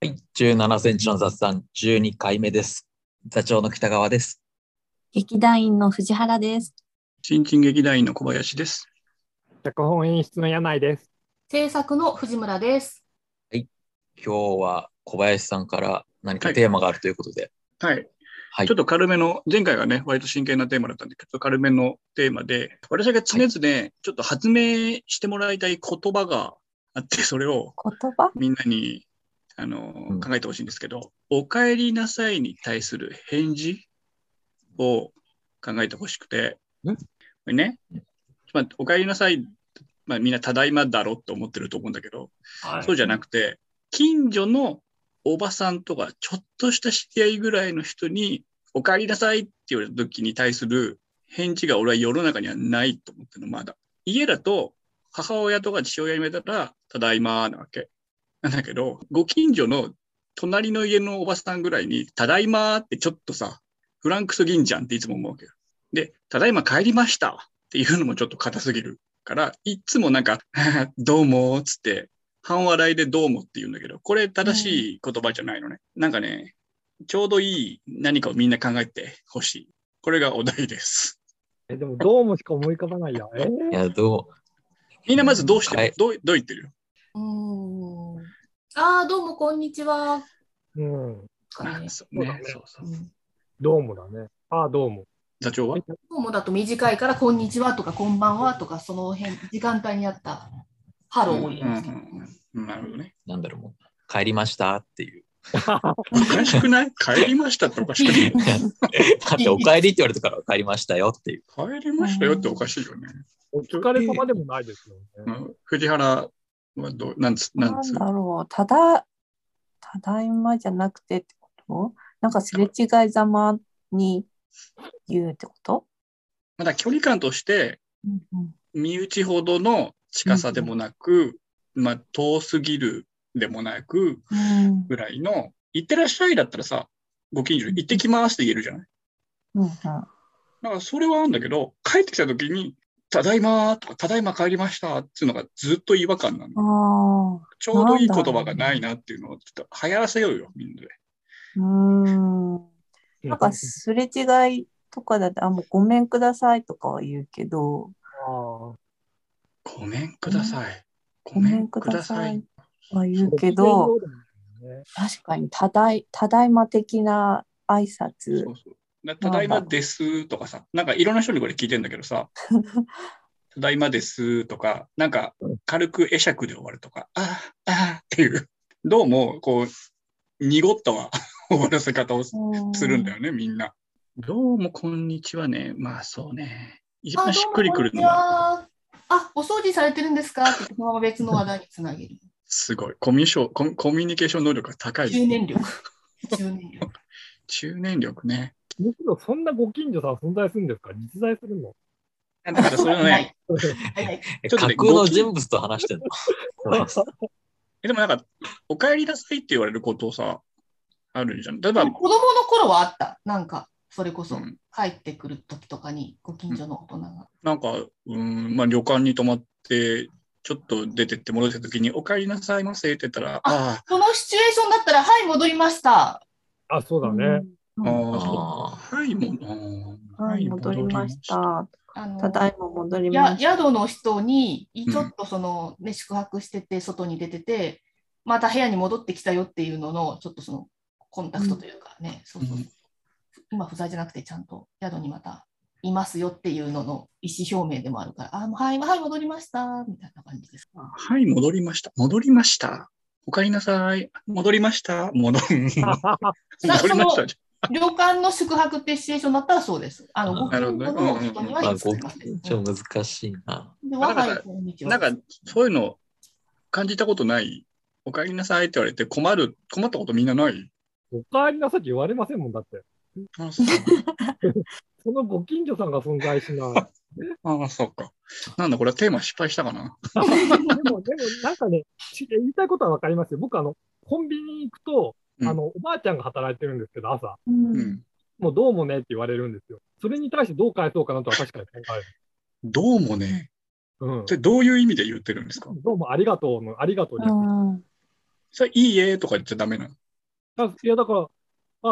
はい、17センチの雑談12回目です。座長の北川です。 劇団員の藤原です。 新進劇団員の小林です。 脚本演出の柳井です。 制作の藤村です。 はい、今日は小林さんから何かテーマがあるということで。 はい。はい、ちょっと軽めの、前回がね、割と真剣なテーマだったんで、ちょっと軽めのテーマで、私が常々、ちょっと発明してもらいたい言葉があって、それをみんなに考えてほしいんですけど、お帰りなさいに対する返事を考えてほしくて、これね、お帰りなさい、みんなただいまだろって思ってると思うんだけど、はい、そうじゃなくて、近所のおばさんとか、ちょっとした知り合いぐらいの人に、お帰りなさいって言われた時に対する返事が俺は世の中にはないと思ってるの、まだ。家だと、母親とか父親に言われたら、ただいまなわけ。なんだけど、ご近所の隣の家のおばさんぐらいに、ただいまってちょっとさ、フランクすぎんじゃんっていつも思うわけよ。で、ただいま帰りましたっていうのもちょっと硬すぎるから、いつもなんか、どうもーっつって、半笑いでどうもって言うんだけど、これ正しい言葉じゃないのね。なんかね、ちょうどいい何かをみんな考えてほしい。これがお題です。 でもどうもしか思い浮かばないや。 いや、 みんなまずどうしてる、どう言ってるよ。 どうもこんにちは。 どうもだね。どうも。 座長はどうもだと短いからこんにちはとかこんばんはとか、その辺時間帯にあったハローを言います。 なるほどね。 なんだろう、もう帰りましたっていう。 おかしくない？帰りましたっておかしくない？ だってお帰りって言われたから帰りましたよっていう。 帰りましたよっておかしいよね。 お疲れ様でもないですよね。 藤原はなんだろう、ただいまじゃなくてってこと？なんかすれ違いざまに言うってこと？ まだ距離感として、身内ほどの近さでもなく、遠すぎるでもなく、ぐらいの、行ってらっしゃいだったらさ、ご近所に行ってきますって言えるじゃない？だからそれはあるんだけど、帰ってきた時に、ただいまとか、ただいま帰りましたっていうのがずっと違和感なの。ちょうどいい言葉がないなっていうのをちょっと流行らせようよ、みんなで。 なんかすれ違いとかだと、もうごめんくださいとかは言うけど。 ごめんください。 ごめんくださいは言うけど、確かにただいま的な挨拶。 ただいまですとかさ、なんかいろんな人にこれ聞いてんだけどさ、ただいまですとか、なんか軽く会釈で終わるとか、っていう、どうもこう、濁った終わらせ方をするんだよね、みんな。どうもこんにちはね。そうね。一番しっくりくるのは。 お掃除されてるんですかってそのまま別の話題につなげる。 すごい。コミュニケーション能力が高い。 中年力。 中年力ね。 むしろそんなご近所さん存在するんですか？実在するの？ だからそれはね、 ちょっと架空の人物と話してるの。 でもなんか、お帰りなさいって言われることをさ、あるじゃん。例えば子供の頃はあった。なんか、それこそ帰ってくる時とかにご近所の大人が。 なんか、旅館に泊まって、ちょっと出てって戻った時に、お帰りなさいませって言ったら、 そのシチュエーションだったら、はい、戻りました。 そうだね。 はい、戻りました。ただいま戻りました。 宿の人に、ちょっと宿泊してて、外に出てて、また部屋に戻ってきたよっていうのの、ちょっとコンタクトというかね、今不在じゃなくて、ちゃんと宿にまたいますよっていうのの意思表明でもあるから、はい、戻りました、みたいな感じです。 はい、戻りました。戻りました。お帰りなさい。戻りました。戻りました。 旅館の宿泊ってシチュエーションだったらそうです。ご近所の人には言ってます。 難しいな。 なんか、そういうの感じたことない？お帰りなさいって言われて困ったことみんなない？ お帰りなさいって言われませんもん、だって。そのご近所さんが存在しない。 そうか。なんだ、これはテーマ失敗したかな。 でもなんかね、言いたいことはわかりますよ。僕コンビニに行くと、おばあちゃんが働いてるんですけど、朝。もうどうもねって言われるんですよ。それに対してどう返そうかなとは確かに考える。 どうもね。ってどういう意味で言ってるんですか？ どうもありがとうの、ありがとうじゃん。 それいいえとか言っちゃダメなの？ いや、だから、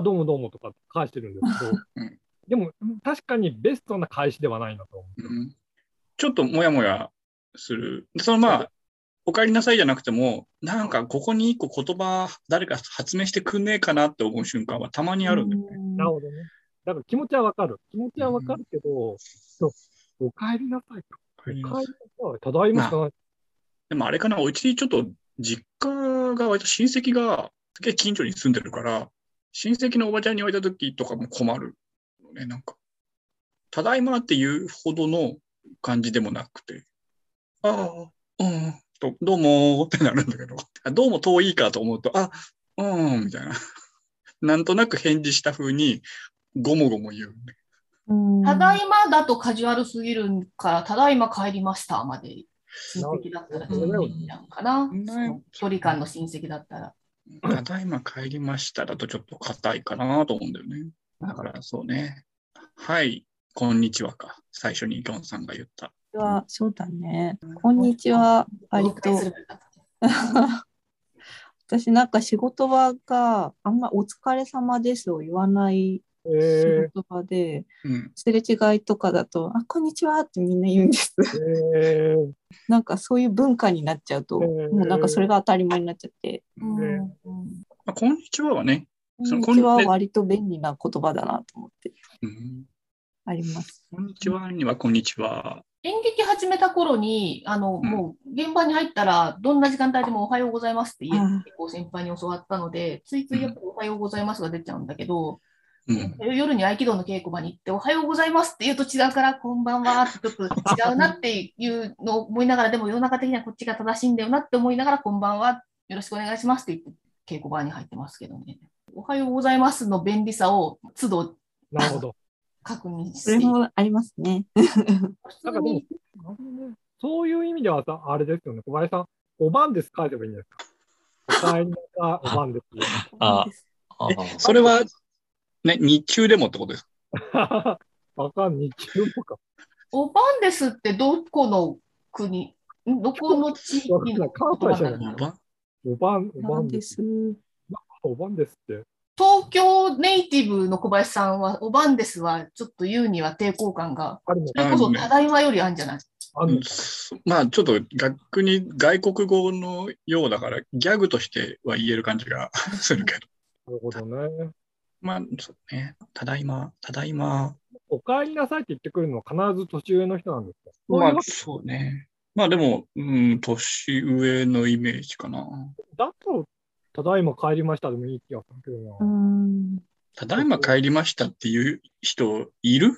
どうもどうもとか返してるんですけど、でも、確かにベストな返しではないなと思う。 ちょっともやもやする。お帰りなさいじゃなくても、なんかここに一個言葉、誰か発明してくんねえかなって思う瞬間はたまにあるんだよね。 なるほどね。だから気持ちはわかる。気持ちはわかるけど、お帰りなさいと。お帰りなさい。ただいましかない。 でもあれかな、うちちょっと実家が割と親戚がすげえ近所に住んでるから、親戚のおばちゃんに言われた時とかも困る。ね、なんか、ただいまっていうほどの感じでもなくて、どうもーってなるんだけど、どうも遠いかと思うと、みたいな。なんとなく返事した風に、ごもごも言う、 ね。ただいまだとカジュアルすぎるから、ただいま帰りましたまで親戚だったらちょっといいかな。距離感の親戚だったら。 ただいま帰りましただとちょっと硬いかなと思うんだよね。だからそうね。はい、こんにちはか。最初にギョンさんが言った。 そうだね。こんにちは、割と。私なんか仕事場があんまお疲れ様ですを言わない仕事場で、すれ違いとかだと、こんにちはってみんな言うんです。なんかそういう文化になっちゃうと、もうなんかそれが当たり前になっちゃって。 こんにちははね。 こんにちはは割と便利な言葉だなと思って。あります。 こんにちはにはこんにちは。 演劇始めた頃に、もう現場に入ったら、どんな時間帯でもおはようございますって結構先輩に教わったので、ついついやっぱりおはようございますが出ちゃうんだけど、夜に合気道の稽古場に行って、おはようございますって言うと違うから、こんばんはってちょっと違うなっていうのを思いながら、でも世の中的にはこっちが正しいんだよなって思いながら、こんばんは、よろしくお願いしますって言って稽古場に入ってますけどね。おはようございますの便利さを都度、 なるほど。 確認して。 それもありますね。 なんかでもそういう意味ではさ、あれですよね、小林さん、おばんです書いてばいいんじゃないですか。お帰りなさい、おばんです。 それは、ね、日中でもってことですかわかん、日中もか。 おばんですってどこの国、どこの地域の言葉なの？ おばんです。おばんですって。 東京ネイティブの小林さんは、おばんですはちょっと言うには抵抗感が、それこそただいまよりあるんじゃない？ まあちょっと逆に外国語のようだからギャグとしては言える感じがするけど。 なるほどね。 まあそうね。ただいま。 お帰りなさいって言ってくるのは必ず年上の人なんですか？ まあそうね。まあでも、年上のイメージかな。 だと、ただいま帰りましたでもいい気がするけどな。 ただいま帰りましたっていう人いる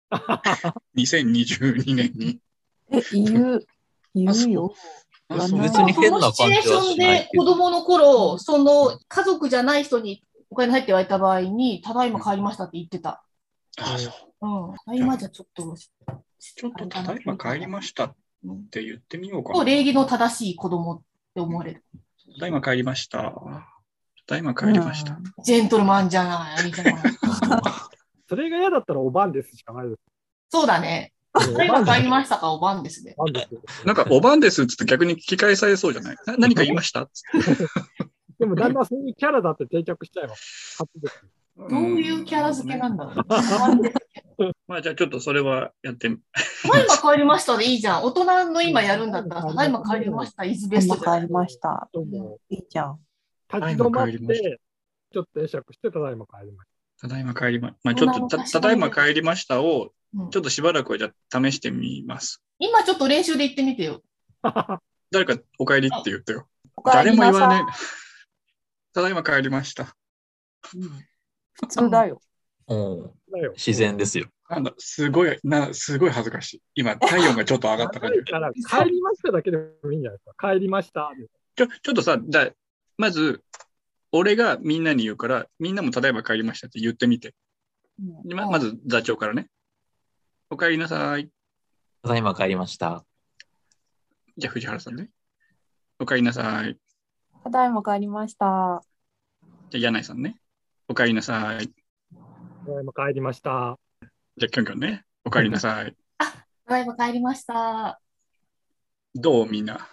？2022年に。 言うよ。 別に変な感じはしないけど。 シチュエーションで子供の頃、その家族じゃない人にお金入って言われた場合に、ただいま帰りましたって言ってた。ただいまじゃちょっとただいま帰りましたって言ってみようかな。 礼儀の正しい子供って思われる。 ただいま帰りました。ただいま帰りました。 ジェントルマンじゃない。 それが嫌だったらおばんですしかないです。 そうだね。ただいま帰りましたか、おばんですね。 なんかおばんですって逆に聞き返されそうじゃない？何か言いましたでもだんだんそういうキャラだって定着しちゃいます。 どういうキャラ付けなんだろう。 まあじゃあちょっとそれはやってみ。 ただいま帰りましたでいいじゃん。大人の今やるんだったら、ただいま帰りました、イズベストじゃない。 帰りました。いいじゃん。 立ち止まって、ちょっと会釈して、ただいま帰りました。 ただいま帰りました。まあちょっとただいま帰りましたを、ちょっとしばらくはじゃあ試してみます。 今ちょっと練習で言ってみてよ。 誰かお帰りって言ってよ。誰も言わない。ただいま帰りました。 普通だよ。 自然ですよ。 なんだ、すごい恥ずかしい。今、体温がちょっと上がった感じ。 帰りましただけでもいいんじゃないですか。帰りました。 ちょっとさ、まず、俺がみんなに言うから、みんなもただいま帰りましたって言ってみて。まず座長からね。お帰りなさい。 ただいま帰りました。 じゃあ藤原さんね。お帰りなさい。 ただいま帰りました。 じゃあ柳井さんね。お帰りなさい。 ただいま帰りました。 じゃあキョンキョンね。お帰りなさい。 ただいま帰りました。 どうみんな。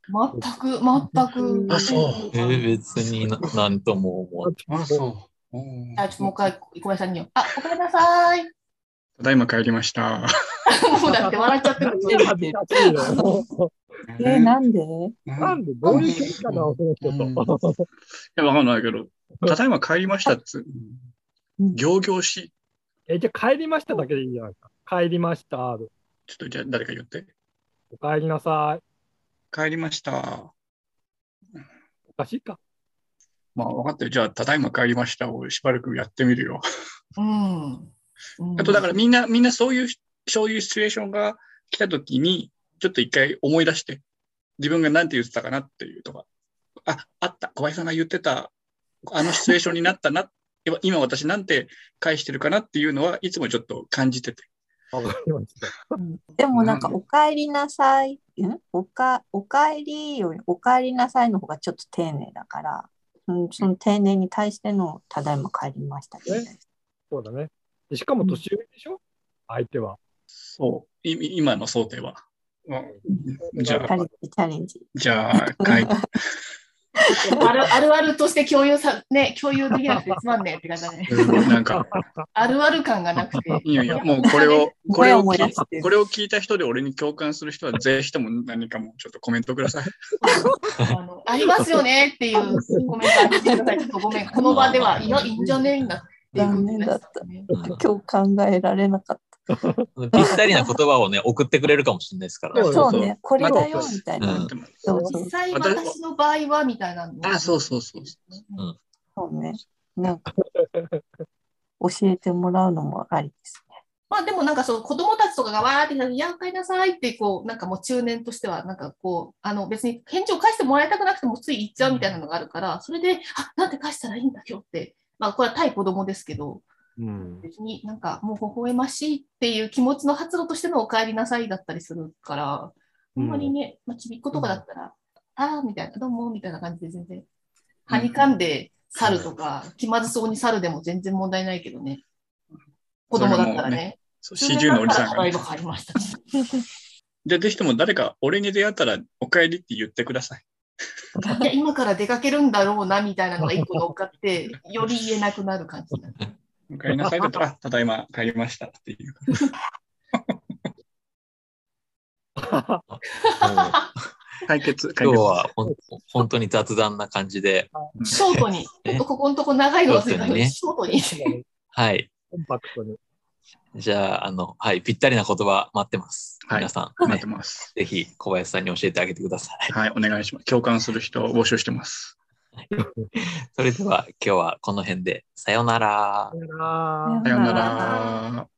全く。 あ、そう。 別になんとも思わない。あ、そう。 あ、もう一回、小林さんによ。あ、おかえりなさい。 ただいま帰りました。 もうだって笑っちゃってる。 なんでどういう距離かな、その人と。 いや、わかんないけど、ただいま帰りましたって、仰々しい。 じゃあ帰りましただけでいいじゃないですか。帰りました。ちょっとじゃあ誰か言って。 お帰りなさい。 帰りました。 おかしいか。 まあ分かったよ。じゃあ、ただいま帰りましたをしばらくやってみるよ。あとだからみんなそういうシチュエーションが来たときに、ちょっと一回思い出して、自分が何て言ってたかなっていうとか、あった、小林さんが言ってた、あのシチュエーションになったな、今私なんて返してるかなっていうのはいつもちょっと感じてて。 でもなんか、お帰りなさい、お帰りよりお帰りなさいの方がちょっと丁寧だから、その丁寧に対してのただいま帰りましたね。 そうだね。しかも年上でしょ、相手は。 そう、今の想定は。じゃあ、 チャレンジ。 じゃあ、 あるあるとして共有できなくてつまんねえって感じだね。 なんか、 あるある感がなくて。 いや、もうこれを聞いた人で俺に共感する人はぜひとも何かもちょっとコメントください。 ありますよねっていうコメントあげてください。ちょっとごめん、この場では、いや、いいんじゃねえんだっていう。 残念だった。今日考えられなかった。 ぴったりな言葉をね、送ってくれるかもしれないですから。 そうね、これだよみたいな。 実際私の場合はみたいなの。 そう。 そうね。なんか教えてもらうのもありですね。 まあでもなんかそう子供たちとかがわーっていや、お帰りなさいってこうなんかもう中年としてはなんかこう別に返事を返してもらいたくなくてもつい言っちゃうみたいなのがあるから、それでなんて返したらいいんだよって、まあこれは対子供ですけど。別になんかもう微笑ましいっていう気持ちの発露としてのお帰りなさいだったりするから、あんまりね、ちびっ子とかだったら、みたいな、どうもみたいな感じで全然、はにかんで去るとか、気まずそうに去るでも全然問題ないけどね。子供だったらね。 40のおじさんが。 じゃあぜひとも誰か俺に出会ったらお帰りって言ってください。 いや、今から出かけるんだろうなみたいなのが一個乗っかって、より言えなくなる感じになる。 お帰りなさいだったら、ただいま帰りましたっていう。解決。 今日は本当に雑談な感じで。 ショートに。ここのとこ長いのがついたのに、ショートに。 はい。 コンパクトに。 じゃあ、はい、ぴったりな言葉待ってます。皆さん、 待ってます。 ぜひ小林さんに教えてあげてください。 はい、お願いします。共感する人を募集してます。 それでは今日はこの辺でさようなら。 さようなら。